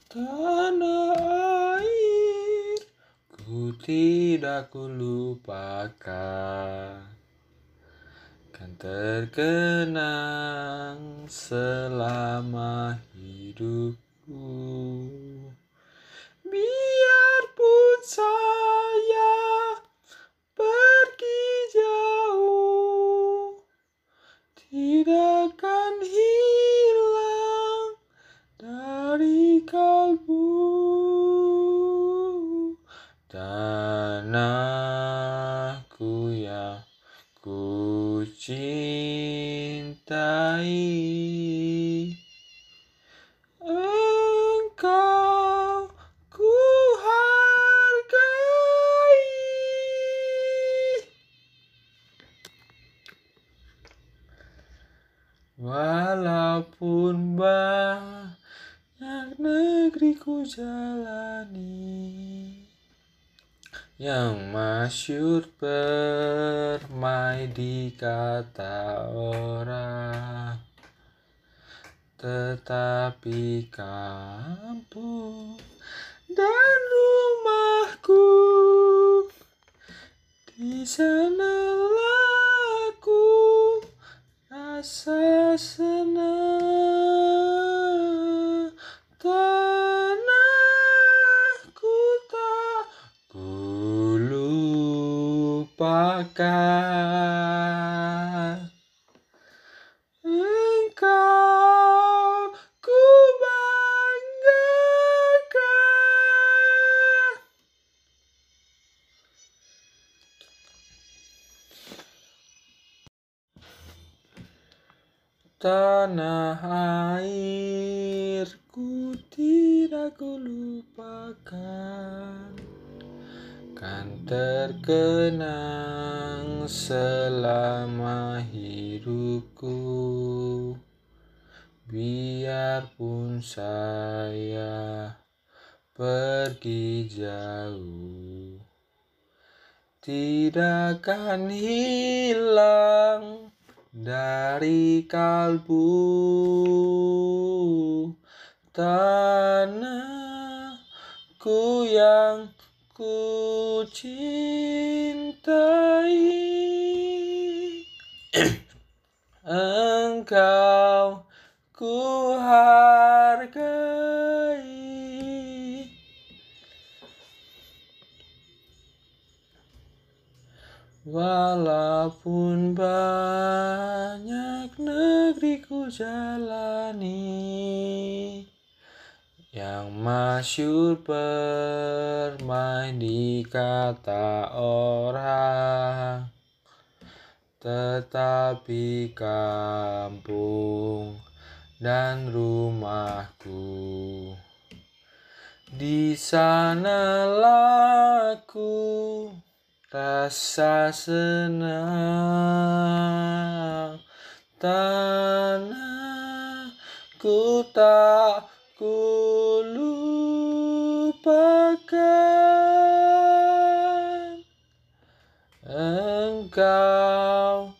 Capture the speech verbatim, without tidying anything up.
Tanah air ku tidak kulupakan, kan terkenang selama hidupku. Biarpun saya pergi jauh, tidak akan hilang dari kalbu. Tanahku yang ku cintai, engkau ku hargai. Walaupun banyak negeri ku jalani, yang masyhur permai di kata orang, tetapi kampung dan rumahku, di sanalah ku rasa senang. Tanahku tak ku lupakan, engkau ku banggakan. Tanah airku tidak ku lupakan, kan terkenang selama hidupku. Biarpun saya pergi jauh, tidak akan hilang dari kalbu. Tanahku yang ku cintai, engkau ku hargai. Walaupun banyak negeri ku jalani, yang masyhur permai di kata orang, tetapi kampung dan rumahku, di sanalah ku rasa senang. Tanahku tak ku lupakan, engkau